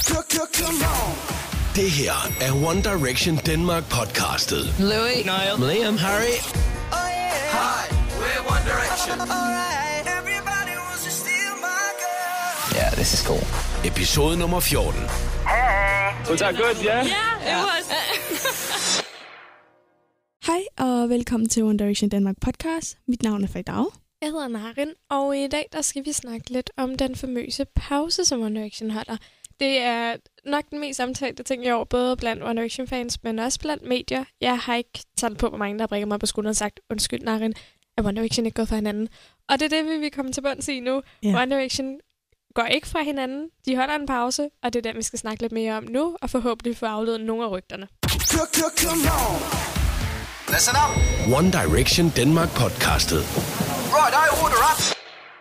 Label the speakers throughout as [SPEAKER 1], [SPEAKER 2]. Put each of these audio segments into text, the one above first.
[SPEAKER 1] Det her er One Direction Denmark podcastet.
[SPEAKER 2] Louis,
[SPEAKER 3] Niall,
[SPEAKER 1] Liam, Harry.
[SPEAKER 3] Hi, we're One Direction.
[SPEAKER 2] Yeah, this is cool.
[SPEAKER 1] Episode nummer 14.
[SPEAKER 3] Was that good, yeah?
[SPEAKER 4] Yeah, it was.
[SPEAKER 5] Hej og velkommen til One Direction Denmark podcast. Mit navn er Fajdau.
[SPEAKER 4] Jeg hedder Narin, og i dag der skal vi snakke lidt om den famøse pause, som One Direction holder. Det er nok den mest samtalte ting i år, både blandt One Direction-fans, men også blandt medier. Jeg har ikke taget på, hvor mange der har brækket mig på skulderen og sagt, undskyld Narin, er One Direction ikke gået fra hinanden? Og det er det, vi vil komme til bunds i nu.
[SPEAKER 5] Ja.
[SPEAKER 4] One Direction går ikke fra hinanden. De holder en pause, og det er den, vi skal snakke lidt mere om nu, og forhåbentlig få afledt nogle af rygterne.
[SPEAKER 3] Listen up.
[SPEAKER 1] One Direction Denmark podcastet.
[SPEAKER 3] Right, I order up.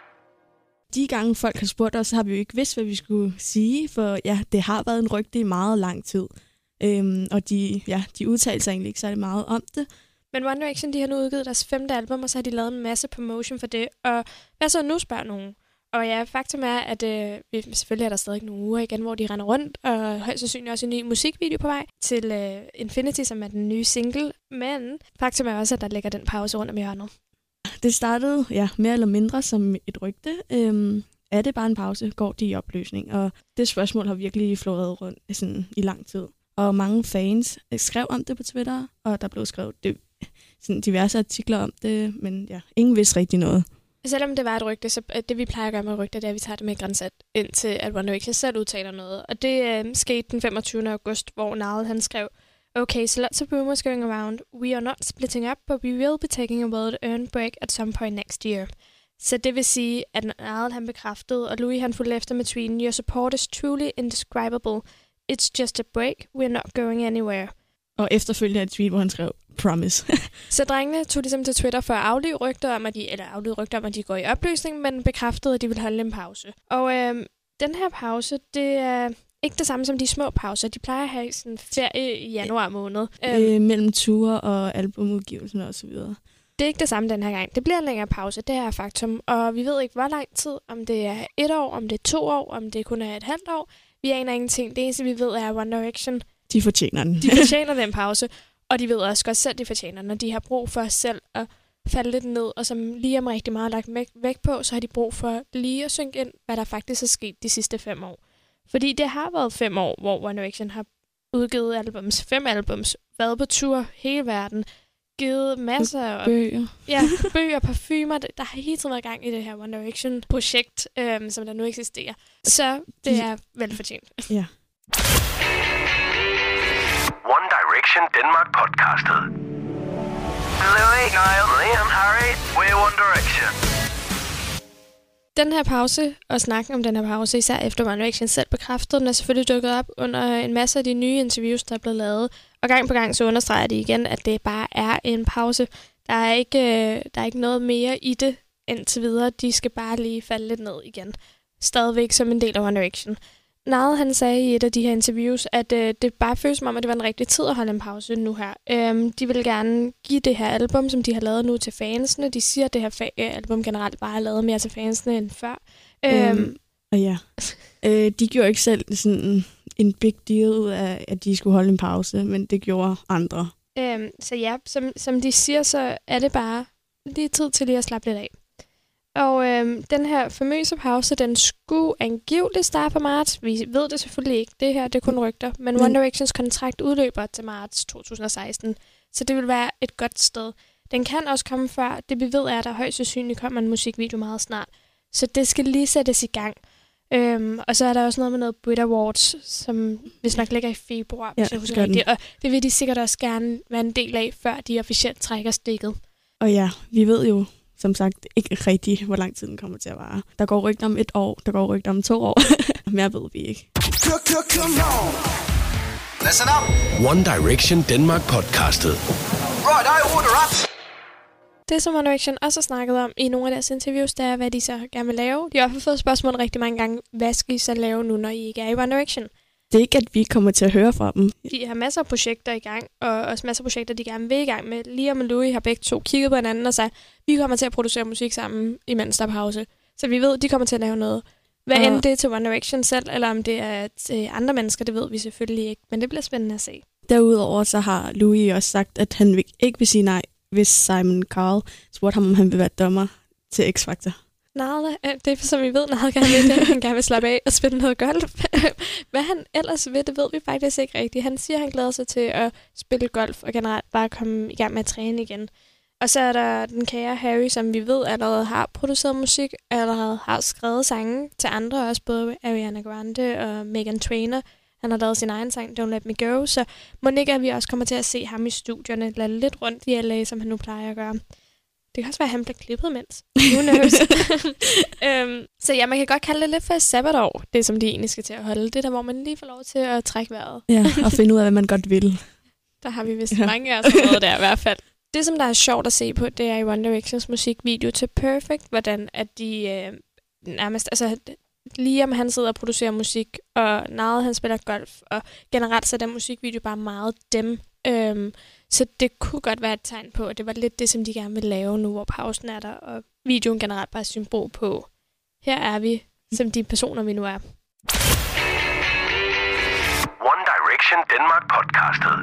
[SPEAKER 5] De gange folk har spurgt os, så har vi jo ikke vidst, hvad vi skulle sige, for ja, det har været en rygte i meget lang tid. Og de udtalte sig egentlig ikke særlig meget om det.
[SPEAKER 4] Men One Direction, de har nu udgivet deres 5. album, og så har de lavet en masse promotion for det. Og hvad så nu, spørger nogen? Og ja, faktum er, at selvfølgelig er der stadig nogle uger igen, hvor de render rundt, og højst sandsynligt også en ny musikvideo på vej til Infinity, som er den nye single. Men faktum er også, at der ligger den pause rundt om hjørnet.
[SPEAKER 5] Det startede mere eller mindre som et rygte. Er det bare en pause? Går de i opløsning? Og det spørgsmål har virkelig floreret rundt sådan, i lang tid. Og mange fans skrev om det på Twitter, og der blev skrevet sådan diverse artikler om det, men ja, ingen vidste rigtig noget.
[SPEAKER 4] Selvom det var et rygte, så det vi plejer at gøre med rygter, det er, at vi tager det med grænsat indtil at One Direction selv udtaler noget. Og det skete den 25. august, hvor Niall han skrev, Okay, so lots of rumors going around. We are not splitting up, but we will be taking a well-earned break at some point next year. Så det vil sige, at Niall han bekræftede, og Louis han fulgte efter med tweeten, Your support is truly indescribable. It's just a break. We're not going anywhere.
[SPEAKER 5] Og efterfølgende et tweet, hvor han skrev, Promise.
[SPEAKER 4] Så drengene tog ligesom til Twitter for at aflive rygter om, at de går i opløsning, men bekræftede, at de vil holde en pause. Og den her pause, det er ikke det samme som de små pauser. De plejer at have sådan en ferie i januar måned.
[SPEAKER 5] Mellem ture og albumudgivelsen og så videre.
[SPEAKER 4] Det er ikke det samme den her gang. Det bliver en længere pause, det er faktum. Og vi ved ikke, hvor lang tid. Om det er 1 år, om det er 2 år, om det kun er et halvt år. Vi aner ingenting. Det eneste, vi ved, er One Direction.
[SPEAKER 5] De fortjener den.
[SPEAKER 4] De fortjener den pause. Og de ved også godt selv, de fortjener, når de har brug for selv at falde lidt ned. Og som Liam rigtig meget lagt vægt på, så har de brug for lige at synke ind, hvad der faktisk er sket de sidste 5 år. Fordi det har været 5 år, hvor One Direction har udgivet 5 albums, været på tur hele verden, givet masser af
[SPEAKER 5] bøger.
[SPEAKER 4] Ja, bøger, parfumer. Der har hele tiden været gang i det her One Direction-projekt, som der nu eksisterer. Så det er velfortjent.
[SPEAKER 5] Ja.
[SPEAKER 1] One Direction Denmark podcastet.
[SPEAKER 3] Louis, Niall, Liam, Harry, we're One Direction.
[SPEAKER 4] Den her pause, og snakken om den her pause, især efter One Direction selv bekræftede, den er selvfølgelig dukket op under en masse af de nye interviews, der er blevet lavet. Og gang på gang så understreger de igen, at det bare er en pause. Der er ikke noget mere i det indtil videre. De skal bare lige falde lidt ned igen. Stadigvæk som en del af One Direction. Niall han sagde i et af de her interviews, at det bare føles som om, at det var en rigtig tid at holde en pause nu her. De vil gerne give det her album, som de har lavet nu til fansene. De siger, at det her album generelt bare er lavet mere til fansene end før.
[SPEAKER 5] Og ja, de gjorde ikke selv sådan en big deal ud af, at de skulle holde en pause, men det gjorde andre.
[SPEAKER 4] Så ja, som de siger, så er det bare lige tid til lige at slappe lidt af. Og den her famøse pause, den skulle angiveligt starte på marts. Vi ved det selvfølgelig ikke. Det her, det er kun rygter. Men One Directions kontrakt udløber til marts 2016. Så det vil være et godt sted. Den kan også komme før. Det vi ved er, at der højst sandsynligt kommer en musikvideo meget snart. Så det skal lige sættes i gang. Og så er der også noget med noget Brit Awards, som hvis nok ligger i februar, hvis jeg husker rigtigt. Og det vil de sikkert også gerne være en del af, før de officielt trækker stikket.
[SPEAKER 5] Og ja, vi ved jo som sagt ikke rigtigt, hvor lang tid den kommer til at vare. Der går rygter om 1 år, der går rygter om 2 år. Mere ved vi ikke.
[SPEAKER 3] Listen up.
[SPEAKER 1] One Direction Denmark podcastet.
[SPEAKER 3] Right, I order up.
[SPEAKER 4] Det, som One Direction også har snakket om i nogle af deres interviews, det er, hvad de så gerne vil lave. De har i hvert fald fået spørgsmål rigtig mange gange. Hvad skal I så lave nu, når I ikke er i One Direction?
[SPEAKER 5] Det er ikke, at vi kommer til at høre fra dem.
[SPEAKER 4] De har masser af projekter i gang, og også masser af projekter, de gerne vil i gang med. Liam og Louis har begge to kigget på hinanden og sagt, vi kommer til at producere musik sammen, imens der er pause. Så vi ved, de kommer til at lave noget Hvad end det er til One Direction selv, eller om det er til andre mennesker, det ved vi selvfølgelig ikke. Men det bliver spændende at se.
[SPEAKER 5] Derudover så har Louis også sagt, at han ikke vil sige nej, hvis Simon Cowell spurgte ham, om han vil være dommer til X-Factor.
[SPEAKER 4] Nej, det er som vi ved, når han gerne vil det. Han gerne vil slappe af og spille noget golf. Hvad han ellers vil, det ved vi faktisk ikke rigtigt. Han siger, at han glæder sig til at spille golf og generelt bare komme i gang med at træne igen. Og så er der den kære Harry, som vi ved allerede har produceret musik, allerede har skrevet sange til andre, også både Ariana Grande og Meghan Trainor. Han har lavet sin egen sang, Don't Let Me Go, så må ikke, at vi også kommer til at se ham i studierne, lade lidt rundt i LA, som han nu plejer at gøre. Det kan også være, at han bliver klippet mens. Who knows? Så ja, man kan godt kalde det lidt for et sabbatår, det som de egentlig skal til at holde. Det der, hvor man lige får lov til at trække vejret.
[SPEAKER 5] Ja, og finde ud af, hvad man godt vil.
[SPEAKER 4] Der har vi vist mange af os noget der i hvert fald. Det, som der er sjovt at se på, det er i One Directions musikvideo til Perfect, hvordan at de nærmest, altså Liam han sidder og producerer musik, og Niall han spiller golf, og generelt så er den musikvideo bare meget dem. Så det kunne godt være et tegn på, at det var lidt det, som de gerne vil lave nu, hvor pausen er der, og videoen generelt bare er symbol på. Her er vi, som de personer, vi nu er.
[SPEAKER 3] One Direction Denmark podcastet.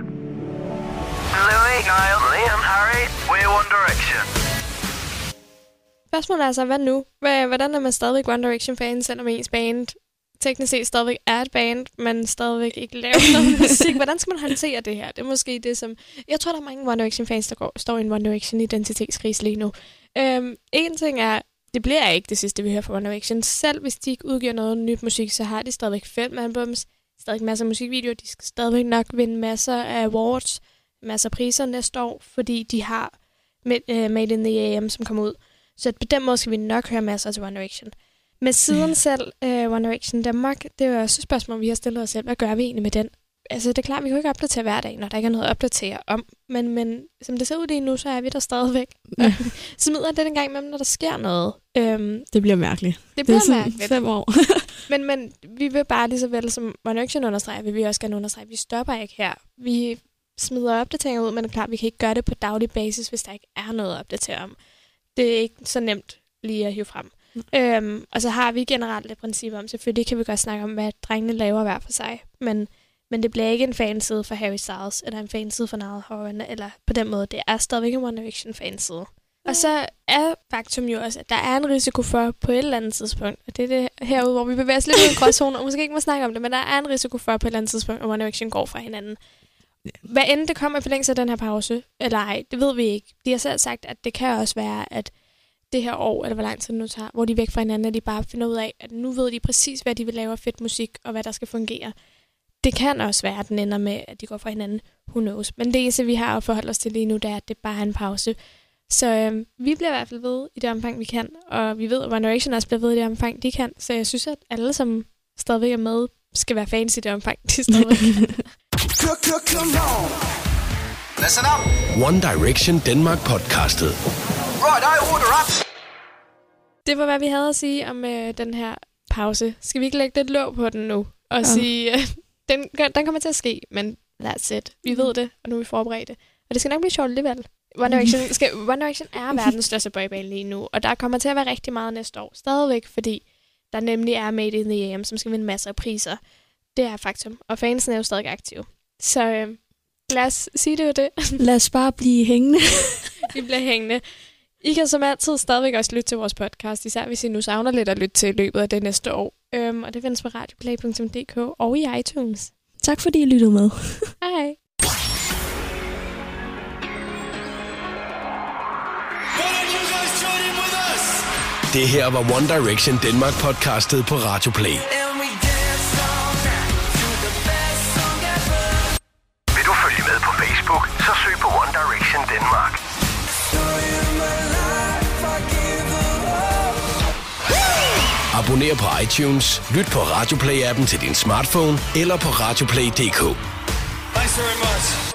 [SPEAKER 3] Louis, Niall, Liam, Harry, we're One Direction.
[SPEAKER 4] Spørgsmålet er altså, hvad nu? Hvordan er man stadigvæk One Direction-fan, selvom ens band teknisk set stadigvæk er et band, men stadigvæk ikke laver noget musik? Hvordan skal man håndtere det her? Det er måske det, som... Jeg tror, der er mange One Direction-fans, der står i en One Direction-identitetskrise lige nu. En ting er, det bliver ikke det sidste, vi hører fra One Direction. Selv hvis de ikke udgiver noget nyt musik, så har de stadigvæk 5 albums, stadig masser af musikvideoer, de skal stadigvæk nok vinde masser af awards, masser af priser næste år, fordi de har Made in the AM, som kommer ud. Så på den måde skal vi nok høre masser til One Direction. Men siden selv One Direction Danmark, det er jo også et spørgsmål, vi har stillet os selv. Hvad gør vi egentlig med den? Altså, det er klart, vi kan jo ikke opdatere hver dag, når der ikke er noget at opdatere om. Men som det ser ud lige nu, så er vi der stadigvæk. Smider det en gang imellem, når der sker noget.
[SPEAKER 5] Det bliver mærkeligt.
[SPEAKER 4] Det bliver mærkeligt.
[SPEAKER 5] 5 år.
[SPEAKER 4] men vi vil bare lige så vel som One Direction understreger, vil vi også gerne understrege, vi stopper ikke her. Vi smider opdateringer ud, men det er klart, vi kan ikke gøre det på daglig basis, hvis der ikke er noget at opdatere om. Det er ikke så nemt lige at hive frem. Og så har vi generelt et princip om, selvfølgelig kan vi godt snakke om, hvad drengene laver hver for sig, men det bliver ikke en fanside for Harry Styles, eller en fanside for Niall Horan, eller på den måde, det er stadigvæk en One Direction fanside. Og så er faktum jo også, at der er en risiko for på et eller andet tidspunkt, og det er det herude, hvor vi bevæger os lidt ud i en gråzone, og måske ikke må snakke om det, men der er en risiko for på et eller andet tidspunkt, at One Direction går fra hinanden. Hvad end det kommer i forlængelse af den her pause, eller ej, det ved vi ikke. De har selv sagt, at det kan også være, at det her år, eller hvor lang tid det nu tager, hvor de er væk fra hinanden, at de bare finder ud af, at nu ved de præcis, hvad de vil lave af fedt musik, og hvad der skal fungere. Det kan også være, at den ender med, at de går fra hinanden. Who knows? Men det eneste, vi har at forholde os til lige nu, det er, at det bare er en pause. Så vi bliver i hvert fald ved i det omfang, vi kan, og vi ved, at One Direction også bliver ved i det omfang, de kan. Så jeg synes, at alle, som stadigvæk er med, skal være fans i det omfang, de stadigvæk
[SPEAKER 3] Listen up.
[SPEAKER 1] One Direction Denmark podcastet.
[SPEAKER 3] Right, I order up.
[SPEAKER 4] Det var, hvad vi havde at sige om den her pause. Skal vi ikke lægge lidt låg på den nu? Og sige, den kommer til at ske, men that's it. Vi ved det, og nu er vi forberedt. Og det skal nok blive sjovt alligevel. One Direction er verdens største boyband lige nu, og der kommer til at være rigtig meget næste år. Stadigvæk, fordi der nemlig er Made in the AM, som skal vinde masser af priser. Det er faktum, og fansen er jo stadig aktive. Så lad os sige det jo det.
[SPEAKER 5] Lad os bare blive hængende.
[SPEAKER 4] Vi bliver hængende. I kan som altid stadigvæk også lytte til vores podcast, især hvis I nu savner lidt at lytte til i løbet af det næste år. Og det findes på radioplay.dk og i iTunes.
[SPEAKER 5] Tak fordi I lyttede med.
[SPEAKER 4] Hej.
[SPEAKER 1] Det her var One Direction Denmark podcastet på Radio Play.
[SPEAKER 3] Vil du følge med på Facebook, så søg på One Direction Denmark.
[SPEAKER 1] Abonner på iTunes, lyt på Radio Play-appen til din smartphone eller på radioplay.dk.
[SPEAKER 6] Thanks very much.